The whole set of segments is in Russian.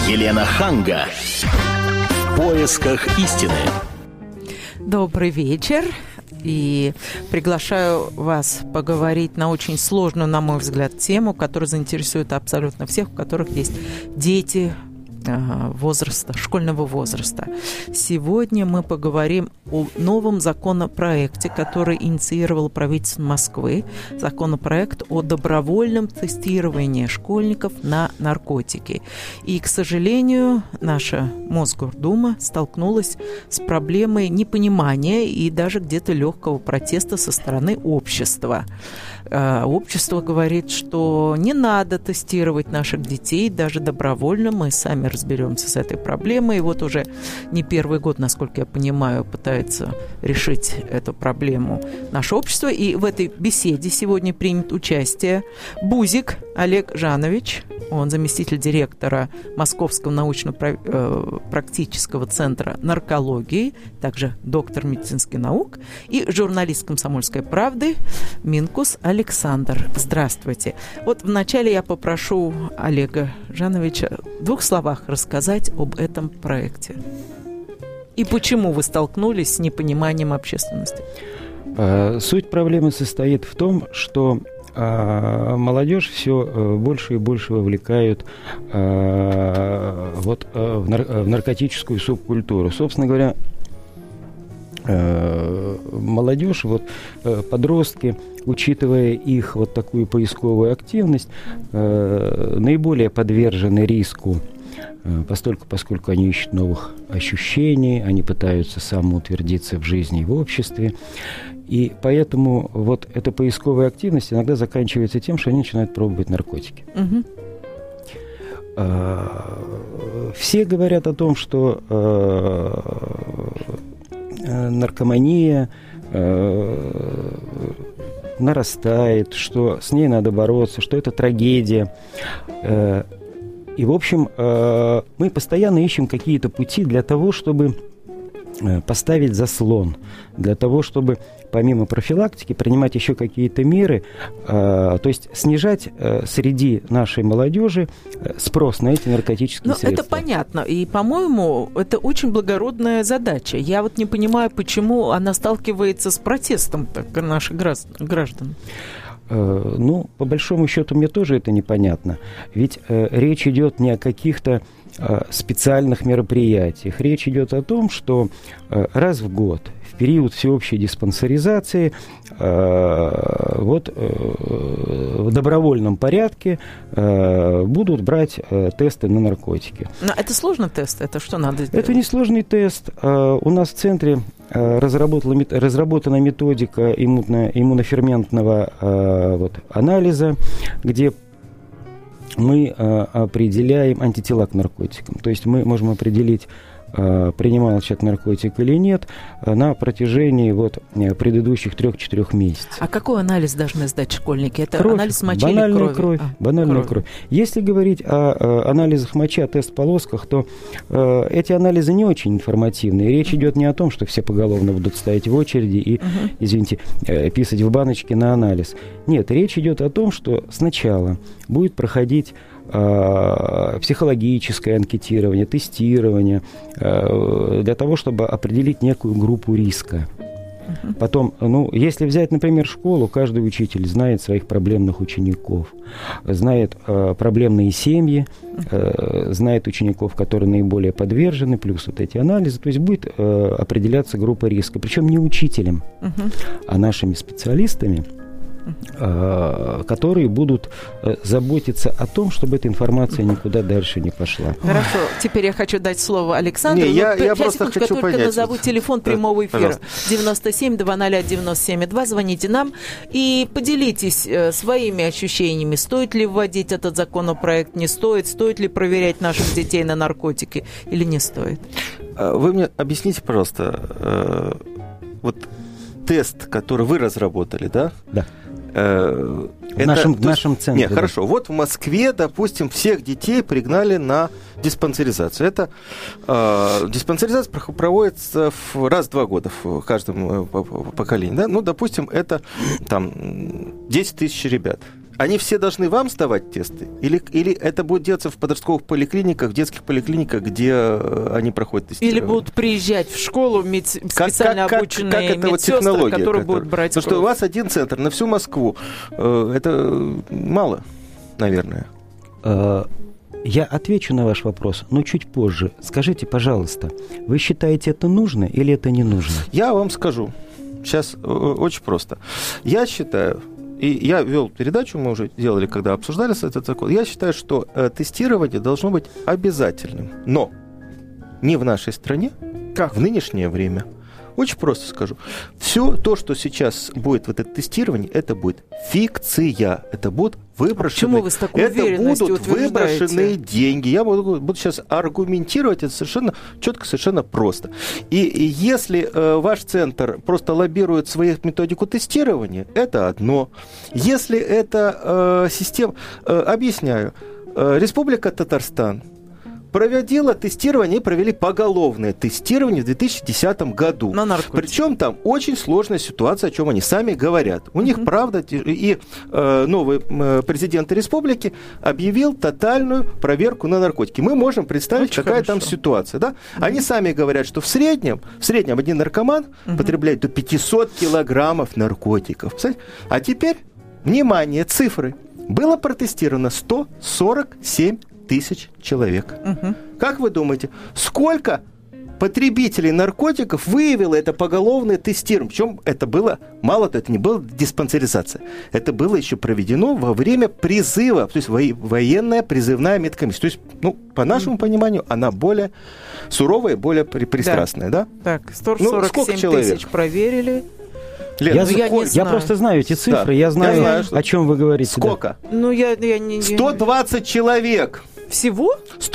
Елена Ханга. В поисках истины. Добрый вечер. И приглашаю вас поговорить на очень сложную, на мой взгляд, тему, которая заинтересует абсолютно всех, у которых есть дети возраста, школьного возраста. Сегодня мы поговорим о новом законопроекте, который инициировало правительство Москвы. Законопроект о добровольном тестировании школьников на наркотики. И, к сожалению, наша Мосгордума столкнулась с проблемой непонимания и даже где-то легкого протеста со стороны общества. Общество говорит, что не надо тестировать наших детей, даже добровольно. Мы сами разберемся с этой проблемой. И вот уже не первый год, насколько я понимаю, пытается решить эту проблему наше общество. И в этой беседе сегодня примет участие Бузик Олег Жанович. Он заместитель директора Московского научно-практического центра наркологии, также доктор медицинских наук, и журналист «Комсомольской правды» Минкус Александр. Здравствуйте. Вот вначале я попрошу Олега Жановича в 2 словах рассказать об этом проекте. И почему вы столкнулись с непониманием общественности? Суть проблемы состоит в том, что молодежь все больше и больше вовлекают в наркотическую субкультуру. Собственно говоря, молодежь, подростки, учитывая их такую поисковую активность, наиболее подвержены риску, поскольку они ищут новых ощущений, они пытаются самоутвердиться в жизни и в обществе. И поэтому эта поисковая активность иногда заканчивается тем, что они начинают пробовать наркотики. Угу. Все говорят о том, что наркомания нарастает, что с ней надо бороться, что это трагедия. И, в общем, мы постоянно ищем какие-то пути для того, чтобы поставить заслон, для того, чтобы помимо профилактики принимать еще какие-то меры, то есть снижать среди нашей молодежи спрос на эти наркотические средства. Это понятно, и, по-моему, это очень благородная задача. Я не понимаю, почему она сталкивается с протестом наших граждан. По большому счету, мне тоже это непонятно. Ведь речь идет не о каких-то специальных мероприятиях. Речь идет о том, что раз в год, в период всеобщей диспансеризации, в добровольном порядке будут брать тесты на наркотики. Но это сложный тест? Это что надо сделать? Это не сложный тест. У нас в центре разработана методика иммуноферментного анализа, где мы определяем антитела к наркотикам. То есть мы можем определить, принимал человек наркотик или нет, на протяжении предыдущих 3-4 месяцев. А какой анализ должны сдать школьники? Это кровь, анализ мочи или крови? Банальная кровь. Если говорить о анализах мочи, о тест-полосках, то эти анализы не очень информативные. Речь идет не о том, что все поголовно будут стоять в очереди и, писать в баночки на анализ. Нет, речь идет о том, что сначала будет проходить психологическое анкетирование, тестирование для того, чтобы определить некую группу риска. Потом, если взять, например, школу, каждый учитель знает своих проблемных учеников, знает проблемные семьи, знает учеников, которые наиболее подвержены, плюс эти анализы. То есть будет определяться группа риска. Причем не учителем, а нашими специалистами, которые будут заботиться о том, чтобы эта информация никуда дальше не пошла. Хорошо. Теперь я хочу дать слово Александру. Я просто хочу только понять. Назову телефон прямого эфира. 97-200-97-2. Звоните нам и поделитесь своими ощущениями. Стоит ли вводить этот законопроект, не стоит? Стоит ли проверять наших детей на наркотики или не стоит? Вы мне объясните, пожалуйста, тест, который вы разработали, да? Да. В нашем центре. Нет, хорошо. В Москве, допустим, всех детей пригнали на диспансеризацию. Это диспансеризация проводится раз в 2 года в каждом поколении. Да? Допустим, это 10 тысяч ребят. они все должны вам сдавать тесты? Или это будет делаться в подростковых поликлиниках, в детских поликлиниках, где они проходят тестирование? Или будут приезжать в школу специально обученные медсестры, которые будут брать кровь? Потому что у вас один центр на всю Москву. Это мало, наверное. Я отвечу на ваш вопрос, но чуть позже. Скажите, пожалуйста, вы считаете, это нужно или это не нужно? Я вам скажу. Сейчас очень просто. Я считаю, и я вел передачу, мы уже делали, когда обсуждали этот закон, я считаю, что тестирование должно быть обязательным. Но не в нашей стране, как в нынешнее время. Очень просто скажу. Все то, что сейчас будет в это тестирование, это будет фикция. Это будут выброшенные, почему вы с такой уверенностью выброшенные деньги. Я буду сейчас аргументировать это совершенно четко, совершенно просто. И если ваш центр просто лоббирует свою методику тестирования, это одно. Если это система... Объясняю. Республика Татарстан проводила тестирование и провели поголовное тестирование в 2010 году. Причем там очень сложная ситуация, о чем они сами говорят. У них, правда, и новый президент республики объявил тотальную проверку на наркотики. Мы можем представить, очень какая там ситуация. Да? Они сами говорят, что в среднем один наркоман потребляет до 500 килограммов наркотиков. А теперь, внимание, цифры. Было протестировано 147 тысяч человек. Как вы думаете, сколько потребителей наркотиков выявило это поголовное тестирование? Причем это было, мало того, это не была диспансеризация. Это было еще проведено во время призыва, то есть военная призывная медкомиссия. То есть, по нашему пониманию, она более суровая, более пристрастная. Да? Так, 147 тысяч проверили. Лен, я просто знаю эти цифры, да, я знаю, о чем вы говорите. Сколько? Да. Я не... 120 человек. Всего?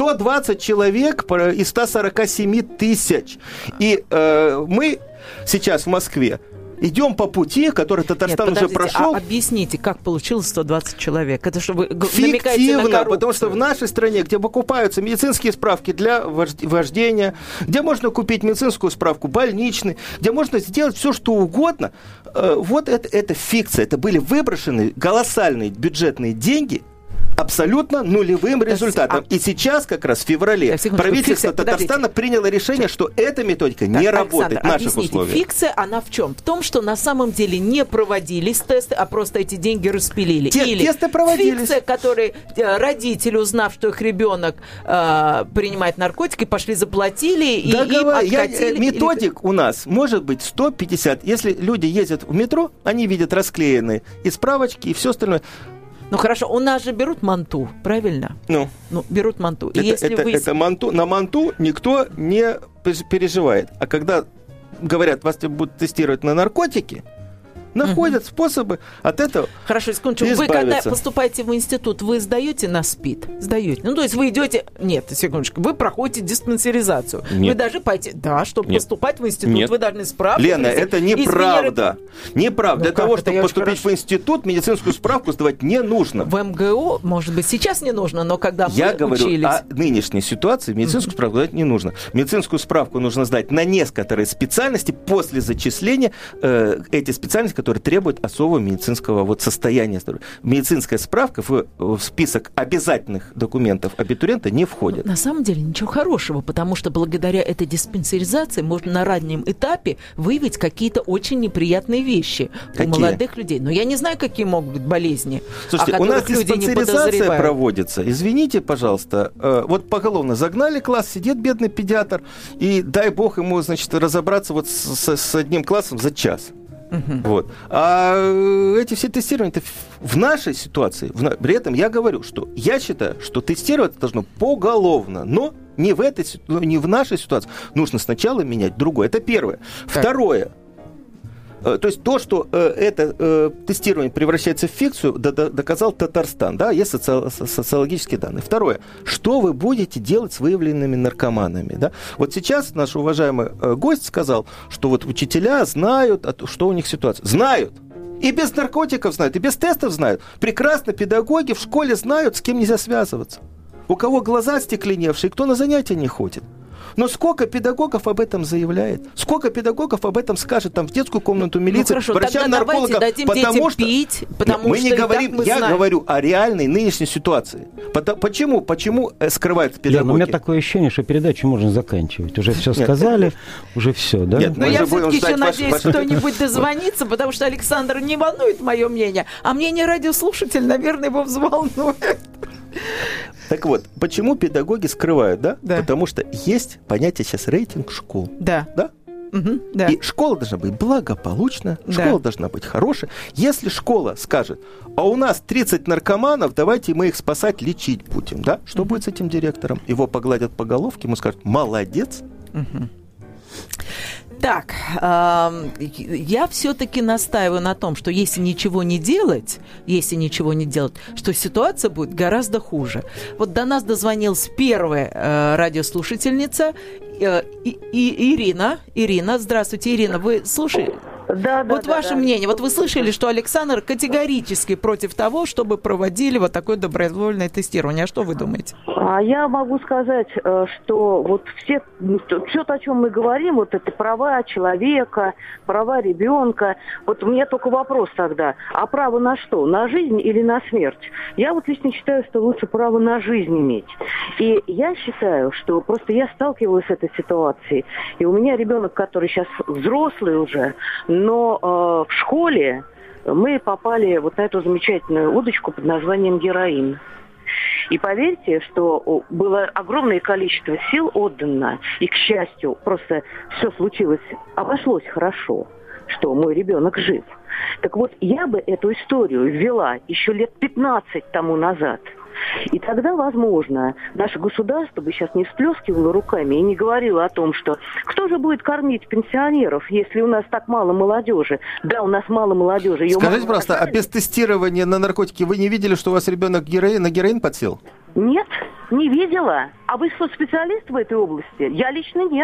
120 человек из 147 тысяч. И мы сейчас в Москве идем по пути, который Татарстан уже прошел. Объясните, как получилось 120 человек? Это что вы намекаете на коррупцию? Потому что в нашей стране, где покупаются медицинские справки для вождения, где можно купить медицинскую справку больничной, где можно сделать все, что угодно, вот это фикция. Это были выброшены колоссальные бюджетные деньги абсолютно нулевым результатом. И сейчас, как раз в феврале, правительство Татарстана приняло решение, что эта методика не работает в наших условиях. Фикция, она в чем? В том, что на самом деле не проводились тесты, а просто эти деньги распилили. Или тесты проводились. Фикция, который родители, узнав, что их ребенок принимает наркотики, пошли заплатили и откатили. Методик у нас может быть 150. Если люди ездят в метро, они видят расклеенные и справочки, и все остальное. Ну хорошо, у нас же берут манту, правильно? Берут манту. Это манту. На манту никто не переживает. А когда говорят, вас будут тестировать на наркотики, находят способы от этого избавиться. Хорошо, секундочку. Вы, когда поступаете в институт, вы сдаете на СПИД? Сдаете. То есть вы идете... Нет, секундочку. Вы проходите диспансеризацию. Нет. Вы даже пойти... Да, чтобы поступать в институт, вы должны справку... Лена, это неправда. Неправда. Для того, чтобы поступить в институт, медицинскую справку сдавать не нужно. В МГУ, может быть, сейчас не нужно, но когда мы учились... Я говорю о нынешней ситуации, медицинскую справку сдавать не нужно. Медицинскую справку нужно сдать на некоторые специальности после зачисления эти специальности, которые требуют особого медицинского состояния. Медицинская справка в список обязательных документов абитуриента не входит. На самом деле ничего хорошего, потому что благодаря этой диспансеризации можно на раннем этапе выявить какие-то очень неприятные вещи у молодых людей. Но я не знаю, какие могут быть болезни. Слушайте, у нас диспансеризация проводится. Извините, пожалуйста, вот поголовно загнали класс, сидит бедный педиатр, и дай бог ему, разобраться с одним классом за час. А эти все тестирования в нашей ситуации, при этом я говорю, что я считаю, что тестировать должно поголовно, но не в нашей ситуации. Нужно сначала менять другое. Это первое. Второе. То есть то, что это тестирование превращается в фикцию, доказал Татарстан. Да, есть социологические данные. Второе. Что вы будете делать с выявленными наркоманами? Да? Вот сейчас наш уважаемый гость сказал, что вот учителя знают, что у них ситуация. Знают. И без наркотиков знают, и без тестов знают. Прекрасно педагоги в школе знают, с кем нельзя связываться. У кого глаза остекленевшие, кто на занятия не ходит. Но сколько педагогов об этом заявляет? Сколько педагогов об этом скажет там в детскую комнату милиции, врачам, наркологам? Потому что пить, мы не говорим, я говорю о реальной нынешней ситуации. Почему скрывают педагоги? У меня такое ощущение, что передачу можно заканчивать. Уже все сказали, уже все, да? Нет, но я все-таки еще надеюсь, кто-нибудь дозвонится, потому что Александр не волнует мое мнение, а мнение радиослушателя, наверное, его взволнует. Так вот, почему педагоги скрывают, да? Да. Потому что есть понятие сейчас рейтинг школ. Да. Да? Угу, да. И школа должна быть благополучная, школа должна быть хорошая. Если школа скажет, а у нас 30 наркоманов, давайте мы их спасать, лечить будем, да? Что будет с этим директором? Его погладят по головке, ему скажут, молодец. Так, я все-таки настаиваю на том, что если ничего не делать, что ситуация будет гораздо хуже. Вот до нас дозвонилась первая радиослушательница Ирина. Ирина, здравствуйте, Ирина, вы слушаете? Да, вот ваше мнение. Вот вы слышали, что Александр категорически против того, чтобы проводили вот такое добровольное тестирование. А что вы думаете? Я могу сказать, что вот все, о чем мы говорим, вот это права человека, права ребенка. Вот у меня только вопрос тогда. А право на что? На жизнь или на смерть? Я вот лично считаю, что лучше право на жизнь иметь. И я считаю, что просто я сталкивалась с этой ситуацией. И у меня ребенок, который сейчас взрослый уже, но в школе мы попали вот на эту замечательную удочку под названием героин. И поверьте, что было огромное количество сил отдано, и, к счастью, просто все случилось, обошлось хорошо, что мой ребенок жив. Так вот, я бы эту историю ввела еще лет 15 тому назад. И тогда, возможно, наше государство бы сейчас не всплескивало руками и не говорило о том, что кто же будет кормить пенсионеров, если у нас так мало молодежи. Да, у нас мало молодежи. Скажите, пожалуйста, а без тестирования на наркотики вы не видели, что у вас ребенок на героин подсел? Нет, не видела. А вы что, специалист в этой области? Я лично нет.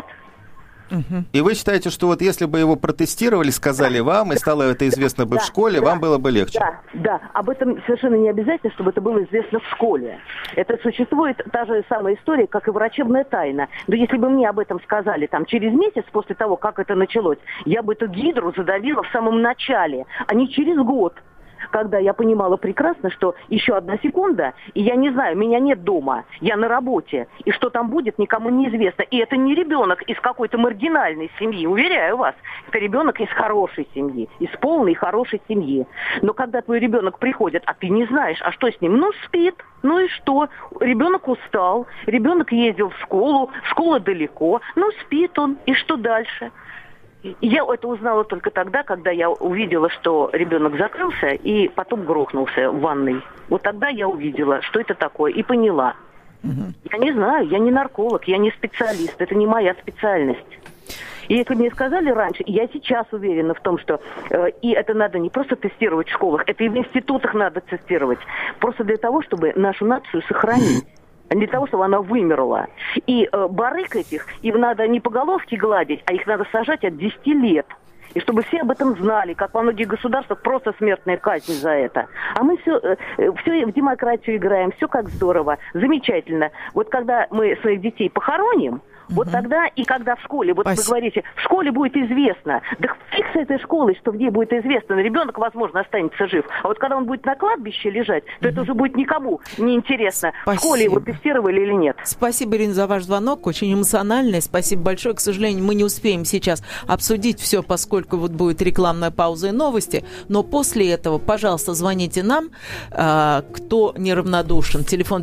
И вы считаете, что вот если бы его протестировали, сказали вам, и стало это известно бы в школе, вам было бы легче? Да. Об этом совершенно не обязательно, чтобы это было известно в школе. Это существует та же самая история, как и врачебная тайна. Но если бы мне об этом сказали там через месяц после того, как это началось, я бы эту гидру задавила в самом начале, а не через год. Когда я понимала прекрасно, что еще одна секунда, и я не знаю, меня нет дома, я на работе, и что там будет, никому не известно. И это не ребенок из какой-то маргинальной семьи, уверяю вас. Это ребенок из хорошей семьи, из полной хорошей семьи. Но когда твой ребенок приходит, а ты не знаешь, а что с ним? Ну, спит. Ну и что? Ребенок устал, ребенок ездил в школу, школа далеко, ну, спит он, и что дальше? Я это узнала только тогда, когда я увидела, что ребенок закрылся и потом грохнулся в ванной. Вот тогда я увидела, что это такое, и поняла. Я не знаю, я не нарколог, я не специалист, это не моя специальность. И если мне сказали раньше, я сейчас уверена в том, что и это надо не просто тестировать в школах, это и в институтах надо тестировать, просто для того, чтобы нашу нацию сохранить. Для того, чтобы она вымерла. И барыг этих, им надо не по головке гладить, а их надо сажать от 10 лет. И чтобы все об этом знали, как во многих государствах просто смертная казнь за это. А мы все в демократию играем, все как здорово, замечательно. Вот когда мы своих детей похороним, вот тогда и когда в школе, вот вы говорите, в школе будет известно, да фиг с этой школой, что в ней будет известно, ребенок, возможно, останется жив. А вот когда он будет на кладбище лежать, то это уже будет никому не интересно, в школе его тестировали или нет. Спасибо, Ирина, за ваш звонок, очень эмоциональный, спасибо большое. К сожалению, мы не успеем сейчас обсудить все, поскольку вот будет рекламная пауза и новости, но после этого, пожалуйста, звоните нам, кто неравнодушен. Телефон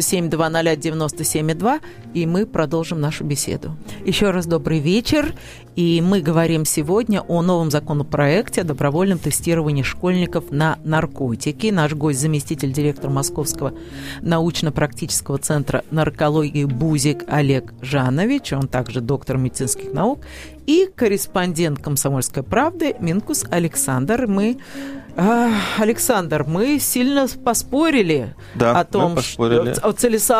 97-200-97-2, и мы продолжим нашу беседу. Еще раз добрый вечер. И мы говорим сегодня о новом законопроекте о добровольном тестировании школьников на наркотики. Наш гость – заместитель директора Московского научно-практического центра наркологии «Бузик» Олег Жанович. Он также доктор медицинских наук. И корреспондент «Комсомольской правды» Минкус Александр. Александр, мы сильно поспорили о том, о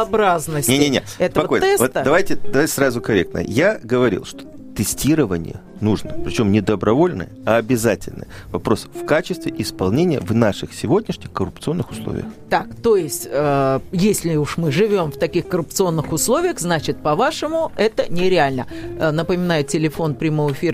целесообразности этого теста. Вот давайте сразу корректно. Я говорил, что тестирование нужно. Причем не добровольное, а обязательное. Вопрос в качестве исполнения в наших сегодняшних коррупционных условиях. Так, то есть, если уж мы живем в таких коррупционных условиях, значит, по-вашему, это нереально. Напоминаю, телефон прямого эфира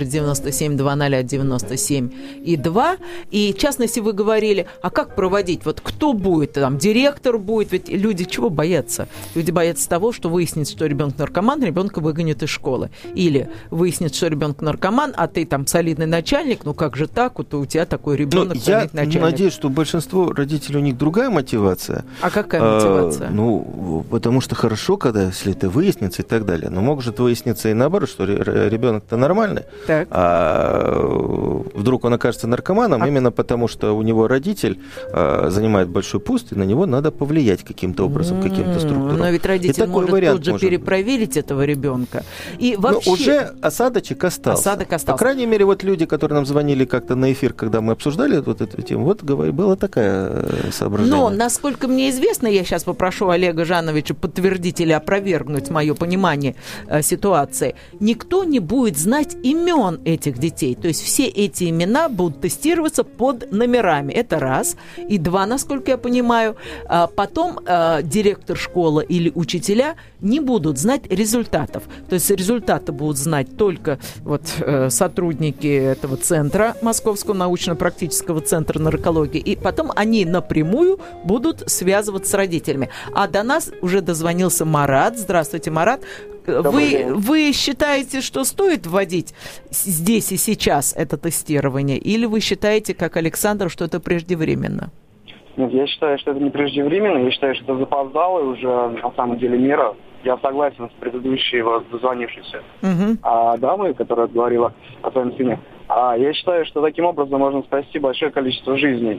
97-201-97-2. И, в частности, вы говорили, а как проводить? Вот кто будет? Там директор будет? Ведь люди чего боятся? Люди боятся того, что выяснится, что ребенок наркоман, ребенка выгонят из школы. Или выяснится, что ребенок наркоман, а ты там солидный начальник, ну как же так, вот у тебя такой ребенок, я начальник. Надеюсь, что большинство родителей, у них другая мотивация. А какая мотивация? Потому что хорошо, если это выяснится и так далее. Но может выясниться и наоборот, что ребенок-то нормальный, так. А вдруг он окажется наркоманом именно потому, что у него родитель занимает большой пост, и на него надо повлиять каким-то образом, каким-то структурам. Но ведь родитель может тут же перепроверить этого ребенка. И вообще... уже осадочек остался. По крайней мере, вот люди, которые нам звонили как-то на эфир, когда мы обсуждали вот эту тему, вот было такое соображение. Но, насколько мне известно, я сейчас попрошу Олега Жановича подтвердить или опровергнуть мое понимание ситуации, никто не будет знать имен этих детей. То есть все эти имена будут тестироваться под номерами. Это раз. И два, насколько я понимаю. Потом директор школы или учителя не будут знать результатов. То есть результаты будут знать только сотрудники этого центра, Московского научно-практического центра наркологии. И потом они напрямую будут связываться с родителями. А до нас уже дозвонился Марат. Здравствуйте, Марат. Вы считаете, что стоит вводить здесь и сейчас это тестирование? Или вы считаете, как Александр, что это преждевременно? Нет, я считаю, что это не преждевременно. Я считаю, что это запоздалая уже на самом деле мера. Я согласен с предыдущей дозвонившейся дамой, которая говорила о своем сыне. Я считаю, что таким образом можно спасти большое количество жизней.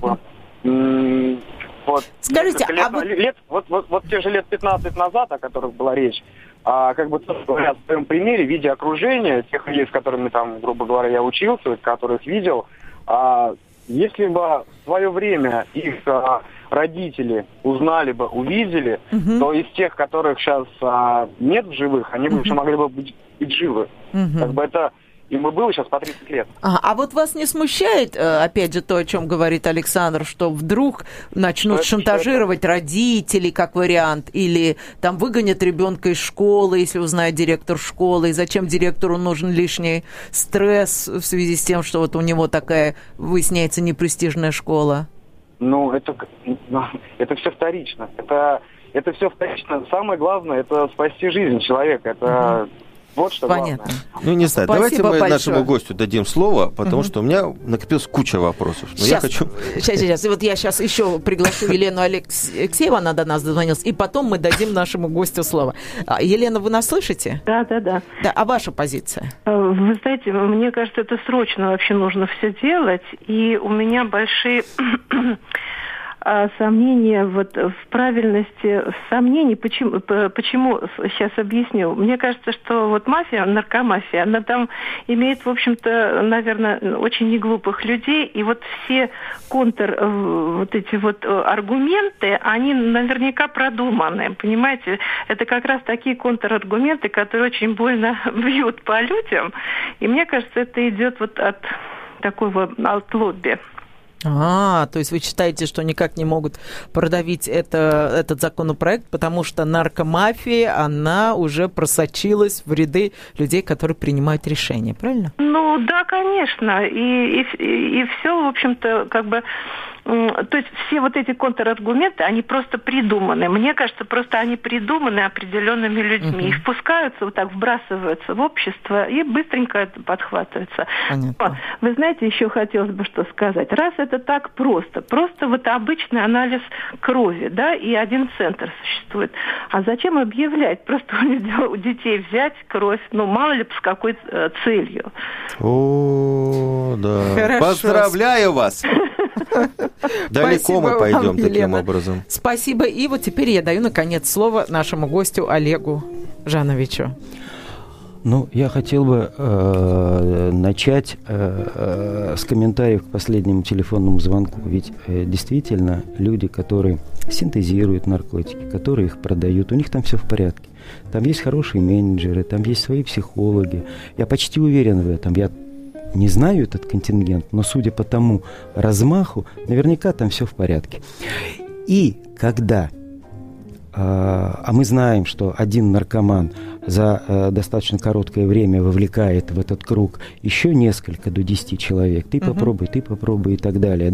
Скажите, те же лет 15 назад, о которых была речь, говорят, в своем примере, видя окружение тех людей, с которыми, грубо говоря, я учился, которых видел, если бы в свое время их родители узнали бы, увидели, то из тех, которых сейчас нет в живых, они бы уже могли бы быть живы. Это им бы было сейчас по 30 лет. А вот вас не смущает, опять же, то, о чем говорит Александр, что вдруг начнут шантажировать родителей, как вариант, или там выгонят ребенка из школы, если узнает директор школы, и зачем директору нужен лишний стресс в связи с тем, что вот у него такая, выясняется, непрестижная школа? Это все вторично. Это все вторично. Самое главное, это спасти жизнь человека. Это... Вот что понятно. Главное. Не знаю, давайте мы нашему гостю дадим слово, потому что у меня накопилась куча вопросов. Но Сейчас. И вот я сейчас еще приглашу Елену Алексееву, она до нас дозвонилась, и потом мы дадим нашему гостю слово. Елена, вы нас слышите? Да. А ваша позиция? Вы знаете, мне кажется, это срочно вообще нужно все делать, и у меня большие... сомнения в правильности сомнений. Почему? Сейчас объясню. Мне кажется, что мафия, наркомафия, она там имеет, в общем-то, наверное, очень неглупых людей, и все аргументы, они наверняка продуманы, понимаете? Это как раз такие контраргументы, которые очень больно бьют по людям, и мне кажется, это идет от такого лобби. То есть вы считаете, что никак не могут продавить этот законопроект, потому что наркомафия, она уже просочилась в ряды людей, которые принимают решения, правильно? Да, конечно. И все, в общем-то, то есть все эти контраргументы, они просто придуманы. Мне кажется, просто они придуманы определенными людьми. И впускаются, вбрасываются в общество, и быстренько это подхватывается. Понятно. Вы знаете, еще хотелось бы что сказать. Раз это так просто обычный анализ крови, да, и один центр существует. А зачем объявлять? Просто у детей взять кровь, мало ли с какой целью. Да. Хорошо. Поздравляю вас! Далеко мы пойдем таким образом. Спасибо. И теперь я даю, наконец, слово нашему гостю Олегу Жановичу. Я хотел бы начать с комментариев к последнему телефонному звонку. Ведь действительно люди, которые синтезируют наркотики, которые их продают. У них там все в порядке. Там есть хорошие менеджеры, там есть свои психологи. Я почти уверен в этом. Я не знаю этот контингент, но судя по тому размаху, наверняка там все в порядке. И когда, а мы знаем, что один наркоман за достаточно короткое время вовлекает в этот круг еще несколько, до 10 человек, ты попробуй и так далее,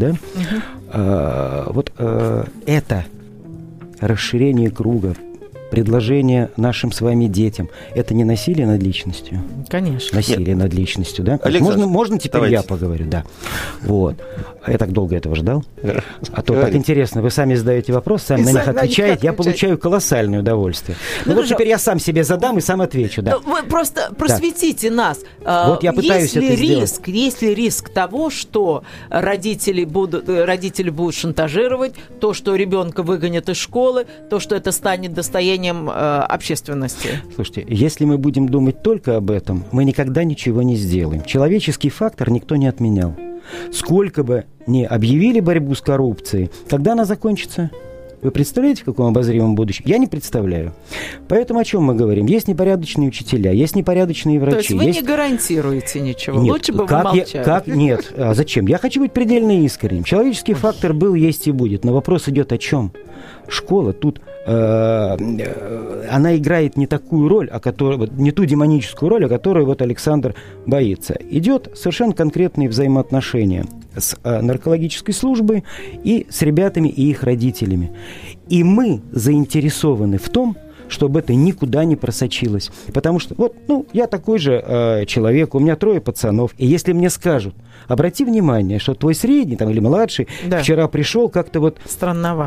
да? Вот это расширение круга, предложение нашим с вами детям, это не насилие над личностью? Конечно. Насилие над личностью, да? Александр, можно теперь давайте. я поговорю? Да. Вот. Я так долго этого ждал. А то так интересно, вы сами задаете вопрос, сами на них отвечаете, я получаю колоссальное удовольствие. Ну вот теперь я сам себе задам и сам отвечу, да. Вы просто просветите нас. Вот я пытаюсь это сделать. Есть ли риск того, что родители будут шантажировать, то, что ребенка выгонят из школы, то, что это станет достоянием общественности? Слушайте, если мы будем думать только об этом, мы никогда ничего не сделаем. Человеческий фактор никто не отменял. Сколько бы ни объявили борьбу с коррупцией, когда она закончится? Вы представляете, в каком обозримом будущем? Я не представляю. Поэтому о чем мы говорим? Есть непорядочные учителя, есть непорядочные врачи. То есть вы не гарантируете ничего? Нет, лучше бы вы молчали. Нет, а зачем? Я хочу быть предельно искренним. Человеческий фактор был, есть и будет. Но вопрос идет о чем? Школа тут, она играет не такую роль, не ту демоническую роль, о которой вот Александр боится. Идет совершенно конкретные взаимоотношения с наркологической службой и с ребятами и их родителями. И мы заинтересованы в том, чтобы это никуда не просочилось. Потому что, я такой же человек, у меня 3 пацанов, и если мне скажут, обрати внимание, что твой средний или младший вчера пришел как-то вот странновато.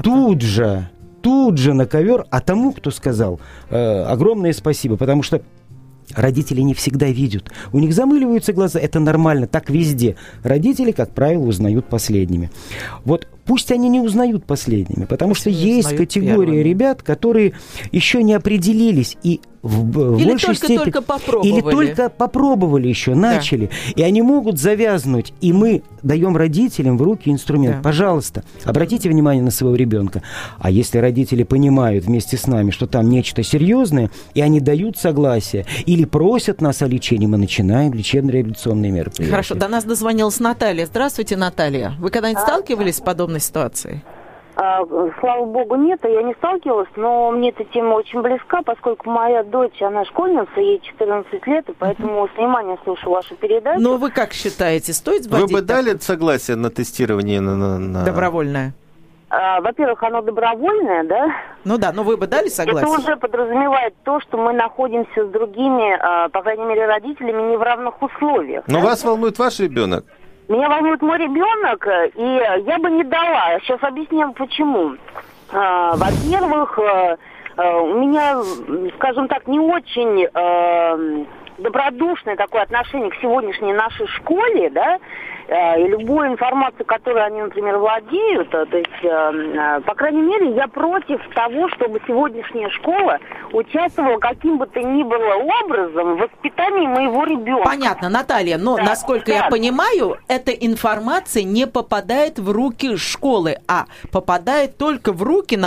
Тут же на ковер, а тому, кто сказал, огромное спасибо, потому что родители не всегда видят. У них замыливаются глаза, это нормально, так везде. Родители, как правило, узнают последними. Вот пусть они не узнают последними, потому что есть категория ребят, которые еще не определились и в большей степени... только попробовали. Или только попробовали еще, начали. Да. И они могут завязнуть, и мы даем родителям в руки инструмент. Да. Пожалуйста, обратите внимание на своего ребенка. А если родители понимают вместе с нами, что там нечто серьезное, и они дают согласие, или просят нас о лечении, мы начинаем лечебно-реабилитационные мероприятия. Хорошо, до нас дозвонилась Наталья. Здравствуйте, Наталья. Вы когда-нибудь сталкивались с подобной ситуацией? Слава богу, нет, я не сталкивалась, но мне эта тема очень близка, поскольку моя дочь, она школьница, ей 14 лет, и поэтому с вниманием слушаю вашу передачу. Но вы как считаете, стоит вводить? Вы бы дали согласие на тестирование? Добровольное? Во-первых, оно добровольное, да? Ну да, но вы бы дали согласие? Это уже подразумевает то, что мы находимся с другими, по крайней мере, родителями не в равных условиях. Но вас волнует ваш ребенок? Меня волнует мой ребенок, и я бы не дала. Сейчас объясню, почему. Во-первых, у меня, скажем так, не очень добродушное такое отношение к сегодняшней нашей школе, да, и любую информацию, которой они, например, владеют, то есть, по крайней мере, я против того, чтобы сегодняшняя школа участвовала каким бы то ни было образом в воспитании моего ребенка. Понятно, Наталья, но, насколько я понимаю, эта информация не попадает в руки школы, а попадает только в руки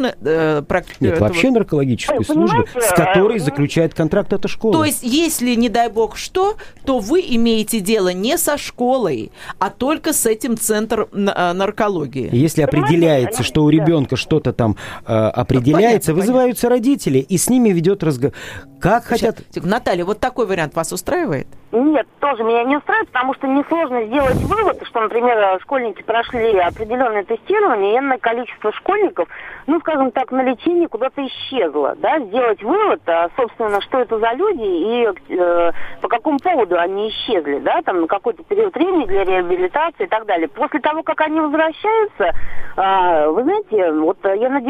Нет, вообще наркологической службы, с которой заключает контракт эта школа. То есть, если, не дай бог что, то вы имеете дело не со школой, а только с этим центром наркологии. Если определяется, что у ребенка что-то там определяется, вызываются родители, и с ними ведет разговор. Как хотят... Наталья, вот такой вариант вас устраивает? Нет, тоже меня не устраивает, потому что несложно сделать вывод, что, например, школьники прошли определенное тестирование, и энное количество школьников, скажем так, на лечении куда-то исчезло, да, сделать вывод, собственно, что это за люди и по какому поводу они исчезли, да, там на какой-то период времени для реабилитации и так далее. После того, как они возвращаются, вы знаете, вот я на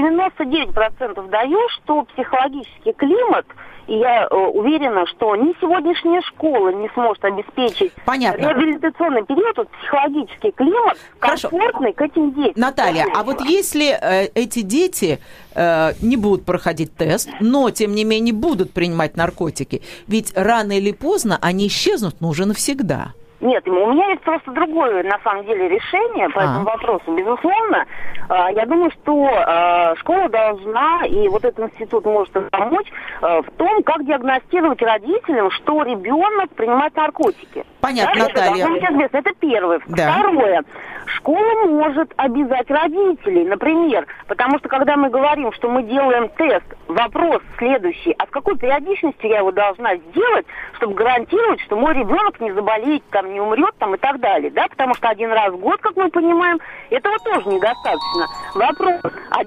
99% даю, что психологический климат, и я уверена, что ни сегодняшняя школа не сможет обеспечить реабилитационный период, психологический климат, комфортный к этим детям. Наталья, а вот если эти дети не будут проходить тест, но, тем не менее, будут принимать наркотики, ведь рано или поздно они исчезнут, но уже навсегда. Нет, у меня есть просто другое, на самом деле, решение по этому вопросу. Безусловно, я думаю, что школа должна, и вот этот институт может помочь в том, как диагностировать родителям, что ребенок принимает наркотики. Понятно, да, Наталья. Это первое. Да. Второе. Школа может обязать родителей, например, потому что когда мы говорим, что мы делаем тест, вопрос следующий: а с какой периодичностью я его должна сделать, чтобы гарантировать, что мой ребенок не заболеет, там, не умрет там, и так далее, да, потому что один раз в год, как мы понимаем, этого тоже недостаточно. Вопрос: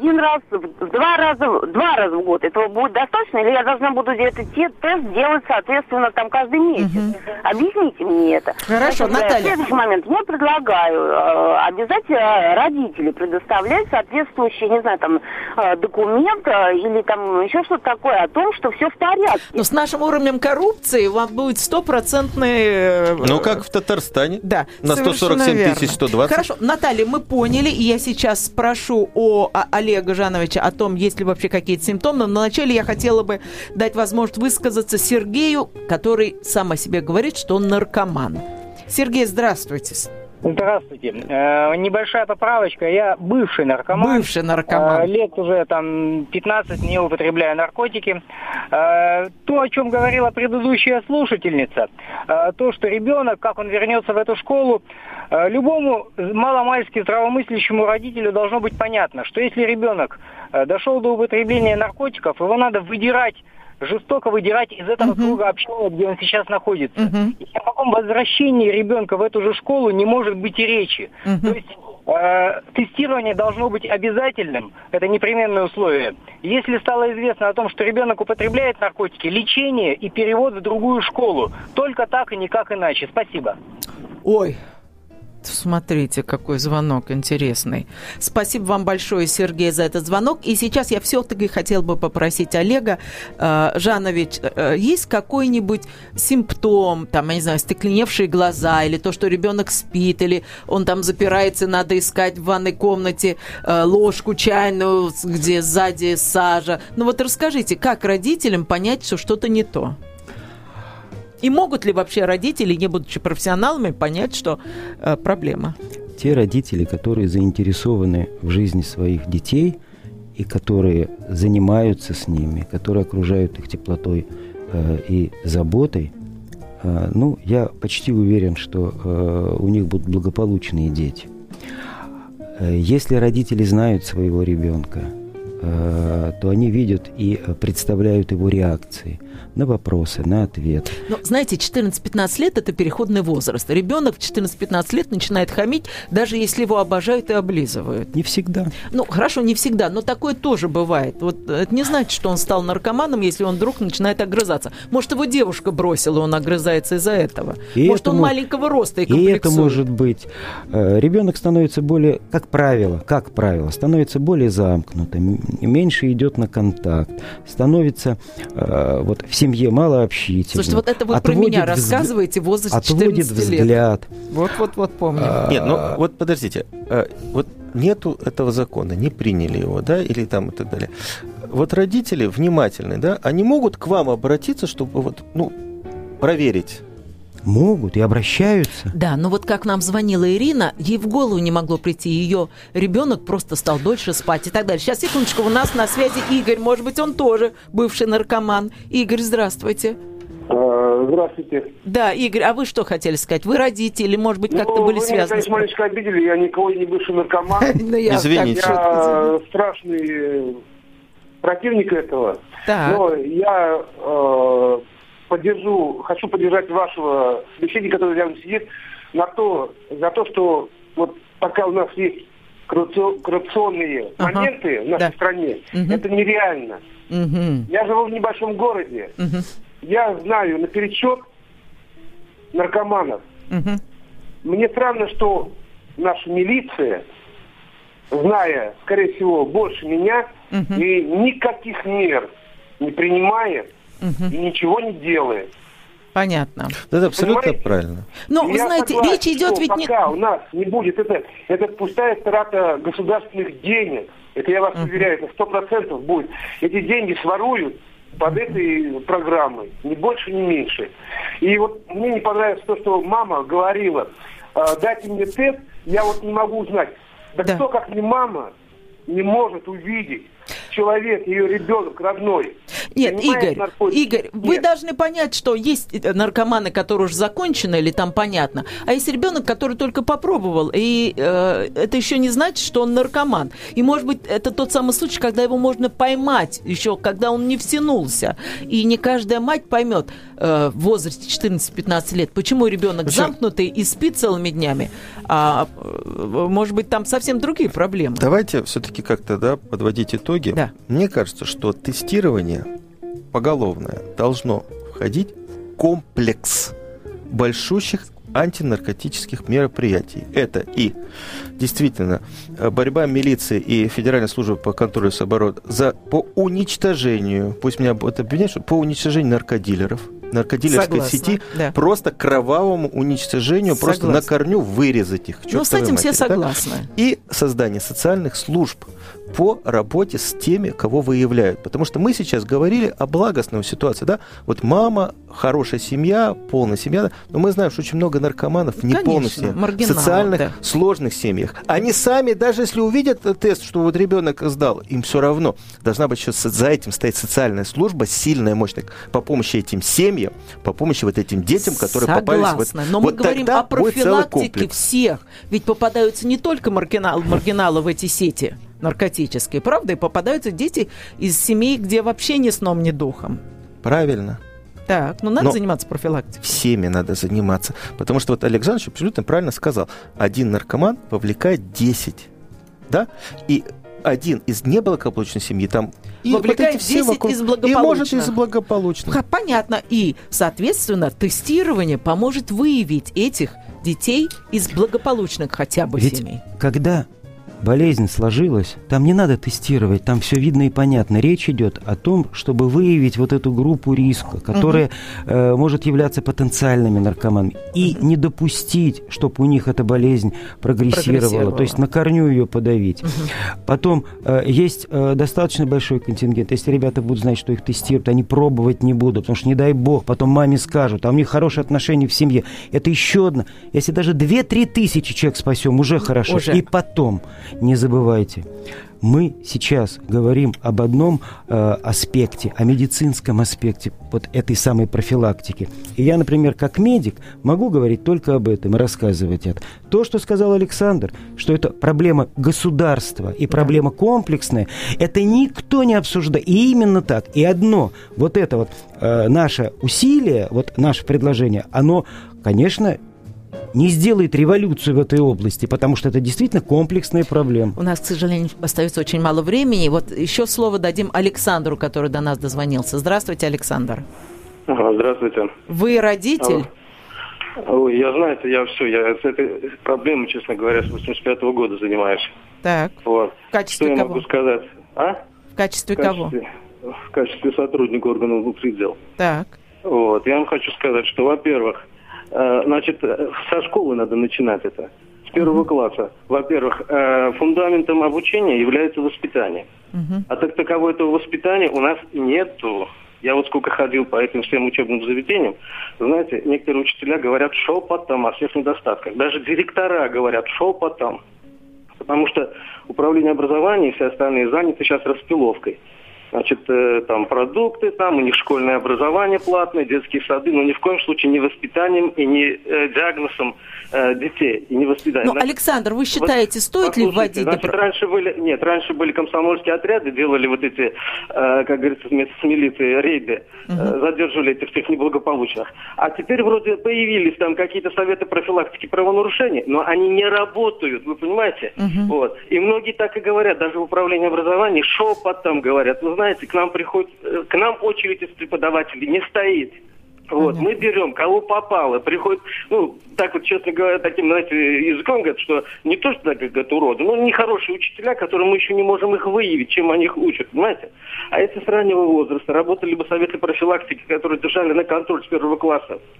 два раза в год, этого будет достаточно, или я должна буду этот тест делать, соответственно, там каждый месяц? Объясните мне это. Хорошо, Значит, Наталья. Следующий момент. Я предлагаю обязать родителей предоставлять соответствующий, не знаю, там, документ или там еще что-то такое о том, что все в порядке. Но с нашим уровнем коррупции вам будет 100%... Ну, как в Татарстане. Да, на 147 тысяч 120. Хорошо, Наталья, мы поняли, и я сейчас спрошу Олега Жановича о том, есть ли вообще какие-то симптомы, но вначале я хотела бы дать возможность высказаться Сергею, который сам о себе говорит, что он наркоман. Сергей, здравствуйте. Здравствуйте. Небольшая поправочка. Я бывший наркоман. Бывший наркоман. Лет уже там 15 не употребляю наркотики. То, о чем говорила предыдущая слушательница, то, что ребенок, как он вернется в эту школу, любому маломальски здравомыслящему родителю должно быть понятно, что если ребенок дошел до употребления наркотиков, его надо жестоко выдирать из этого круга общения, где он сейчас находится. И о каком возвращении ребенка в эту же школу не может быть и речи. То есть тестирование должно быть обязательным, это непременное условие. Если стало известно о том, что ребенок употребляет наркотики, лечение и перевод в другую школу. Только так и никак иначе. Спасибо. Ой, смотрите, какой звонок интересный. Спасибо вам большое, Сергей, за этот звонок. И сейчас я все-таки хотела бы попросить Олега Жанович, есть какой-нибудь симптом, там, я не знаю, стекленевшие глаза, или то, что ребенок спит, или он там запирается, надо искать в ванной комнате ложку чайную, где сзади сажа. Ну вот расскажите, как родителям понять, что что-то не то? И могут ли вообще родители, не будучи профессионалами, понять, что проблема? Те родители, которые заинтересованы в жизни своих детей и которые занимаются с ними, которые окружают их теплотой и заботой, я почти уверен, что у них будут благополучные дети. Если родители знают своего ребенка, то они видят и представляют его реакции на вопросы, на ответы. Но, знаете, 14-15 лет – это переходный возраст. Ребенок в 14-15 лет начинает хамить, даже если его обожают и облизывают. Не всегда. Ну, хорошо, не всегда, но такое тоже бывает. Вот это не значит, что он стал наркоманом, если он вдруг начинает огрызаться. Может, его девушка бросила, он огрызается из-за этого. Может, он маленького роста и комплексует. И это может быть. Ребенок становится более, как правило, становится более замкнутым, меньше идет на контакт, становится в семье малообщительным. Слушайте, вот это вы про меня рассказываете в возрасте 14 лет. Взгляд. Вот помню. Нет, вот подождите. Вот нету этого закона, не приняли его, да, или там и так далее. Вот родители внимательные, да, они могут к вам обратиться, чтобы проверить. Могут и обращаются. Да, но вот как нам звонила Ирина, ей в голову не могло прийти, ее ребенок просто стал дольше спать и так далее. Сейчас, секундочку, у нас на связи Игорь, может быть, он тоже бывший наркоман. Игорь, здравствуйте. Здравствуйте. Да, Игорь, а вы что хотели сказать? Вы родители, может быть, как-то были связаны? Вы меня, конечно, маленько обидели, я никого не бывший наркоман. Извините. Я страшный противник этого. Но я хочу поддержать вашего собеседника, который рядом сидит, за то, что вот пока у нас есть коррупционные моменты в нашей стране, это нереально. Я живу в небольшом городе. Я знаю наперечет наркоманов. Мне странно, что наша милиция, зная, скорее всего, больше меня, и никаких мер не принимает, и ничего не делает. Понятно. Это абсолютно правильно. Но, вы знаете, согласен, речь идет ведь пока у нас не будет это пустая трата государственных денег. Это я вас уверяю, это 100% будет. Эти деньги своруют под этой программой. Ни больше, ни меньше. И вот мне не понравилось то, что мама говорила, дайте мне тест, я вот не могу узнать. Да кто, как не мама, не может увидеть человек, ее ребенок родной. Нет, Игорь, вы должны понять, что есть наркоманы, которые уже закончены, или там понятно, а есть ребенок, который только попробовал, и это еще не значит, что он наркоман. И, может быть, это тот самый случай, когда его можно поймать еще, когда он не втянулся. И не каждая мать поймет в возрасте 14-15 лет, почему ребенок замкнутый и спит целыми днями, а может быть, там совсем другие проблемы. Давайте все-таки как-то подводить итоги. Да. Мне кажется, что тестирование поголовное должно входить в комплекс большущих антинаркотических мероприятий. Это и действительно борьба милиции и Федеральной службы по контролю с оборотом по уничтожению, пусть меня это обвиняют, по уничтожению наркодилеров, наркодилерской сети, просто кровавому уничтожению, просто на корню вырезать их. Ну, с этим все согласны. Да? И создание социальных служб по работе с теми, кого выявляют. Потому что мы сейчас говорили о благостной ситуации. Да? Вот мама, хорошая семья, полная семья, но мы знаем, что очень много наркоманов в неполных семьях, в социальных сложных семьях. Они сами, даже если увидят тест, что вот ребенок сдал, им все равно. Должна быть еще за этим стоять социальная служба, сильная, мощная, по помощи этим семьям, по помощи вот этим детям, которые попались в это. Но мы говорим о профилактике всех. Ведь попадаются не только маргиналы в эти сети наркотические, правда? И попадаются дети из семей, где вообще ни сном, ни духом. Правильно. Так, надо заниматься профилактикой. Всеми надо заниматься. Потому что вот Александр абсолютно правильно сказал. Один наркоман вовлекает 10. Да? И один из неблагополучной семьи там... Вовлекает вот 10 вокруг, из благополучных. И может из благополучных. Понятно. И, соответственно, тестирование поможет выявить этих детей из благополучных хотя бы семей. Когда болезнь сложилась, там не надо тестировать, там все видно и понятно. Речь идет о том, чтобы выявить вот эту группу риска, которая может являться потенциальными наркоманами, и не допустить, чтобы у них эта болезнь прогрессировала, то есть на корню ее подавить. Потом есть достаточно большой контингент. Если ребята будут знать, что их тестируют, они пробовать не будут, потому что, не дай бог, потом маме скажут, а у них хорошие отношения в семье. Это еще одно. Если даже 2-3 тысячи человек спасем, уже хорошо. И потом... Не забывайте, мы сейчас говорим об одном аспекте, о медицинском аспекте вот этой самой профилактики. И я, например, как медик могу говорить только об этом и рассказывать это. То, что сказал Александр, что это проблема государства и проблема комплексная, это никто не обсуждает. И именно так. И одно, вот это вот наше усилие, вот наше предложение, оно, конечно, не сделает революцию в этой области, потому что это действительно комплексная проблема. У нас, к сожалению, остается очень мало времени. Вот еще слово дадим Александру, который до нас дозвонился. Здравствуйте, Александр. Здравствуйте. Вы родитель? Ой, я с этой проблемой, честно говоря, с 85-го года занимаюсь. Так. Вот. В качестве что кого? Я могу сказать? В качестве кого? В качестве сотрудника органов внутренних дел. Так. Вот. Я вам хочу сказать, что, во-первых, со школы надо начинать это, с первого класса. Во-первых, фундаментом обучения является воспитание. А так такового этого воспитания у нас нету. Я вот сколько ходил по этим всем учебным заведениям, знаете, некоторые учителя говорят шепотом о всех недостатках. Даже директора говорят шепотом. Потому что управление образованием и все остальные заняты сейчас распиловкой. Значит, там продукты, там у них школьное образование платное, детские сады, но ни в коем случае не воспитанием и не диагнозом детей, и не воспитанием. Ну, Александр, вы считаете, стоит ли вводить... Значит, раньше были комсомольские отряды, делали вот эти, как говорится, с милицией рейды, задерживали этих всех неблагополучных. А теперь вроде появились там какие-то советы профилактики правонарушений, но они не работают, вы понимаете? Вот. И многие так и говорят, даже в управлении образования шепотом говорят, вы знаете, к нам очередь из преподавателей не стоит. Вот, мы берем, кого попало, приходит, так вот, честно говоря, таким, знаете, языком говорят, что не то, что так, говорят, уроды, но нехорошие учителя, которые мы еще не можем их выявить, чем они их учат, понимаете? А если с раннего возраста работали бы советы профилактики, которые держали на контроль с первого класса,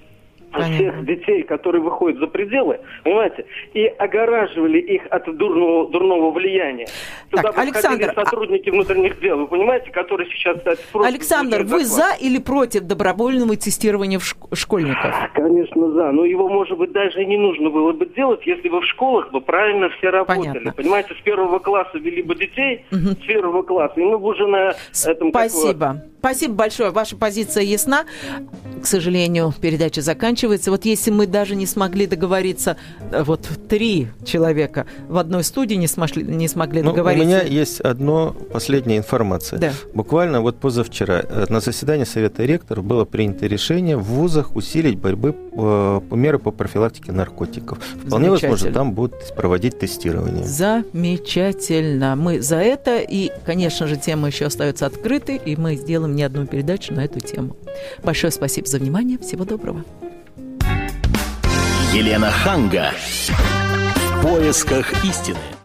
всех детей, которые выходят за пределы, понимаете, и огораживали их от дурного влияния. Туда Александр, сотрудники внутренних дел, вы понимаете, которые сейчас, кстати, просто... Александр, вы за или против добровольного тестирования школьников? Конечно, за. Но его, может быть, даже и не нужно было бы делать, если бы в школах бы правильно все работали. Понятно. Понимаете, с 1 класса вели бы детей, с 1 класса, и мы бы уже на этом... Спасибо. Спасибо большое. Ваша позиция ясна. К сожалению, передача заканчивается. Вот если мы даже не смогли договориться, вот 3 человека в одной студии не смогли договориться. У меня есть одна последняя информация. Да. Буквально вот позавчера на заседании Совета ректоров было принято решение в вузах усилить меры по профилактике наркотиков. Вполне возможно, там будут проводить тестирование. Замечательно. Мы за это. И, конечно же, тема еще остается открытой, и мы сделаем не одну передачу на эту тему. Большое спасибо за внимание. Всего доброго. Елена Ханга. В поисках истины.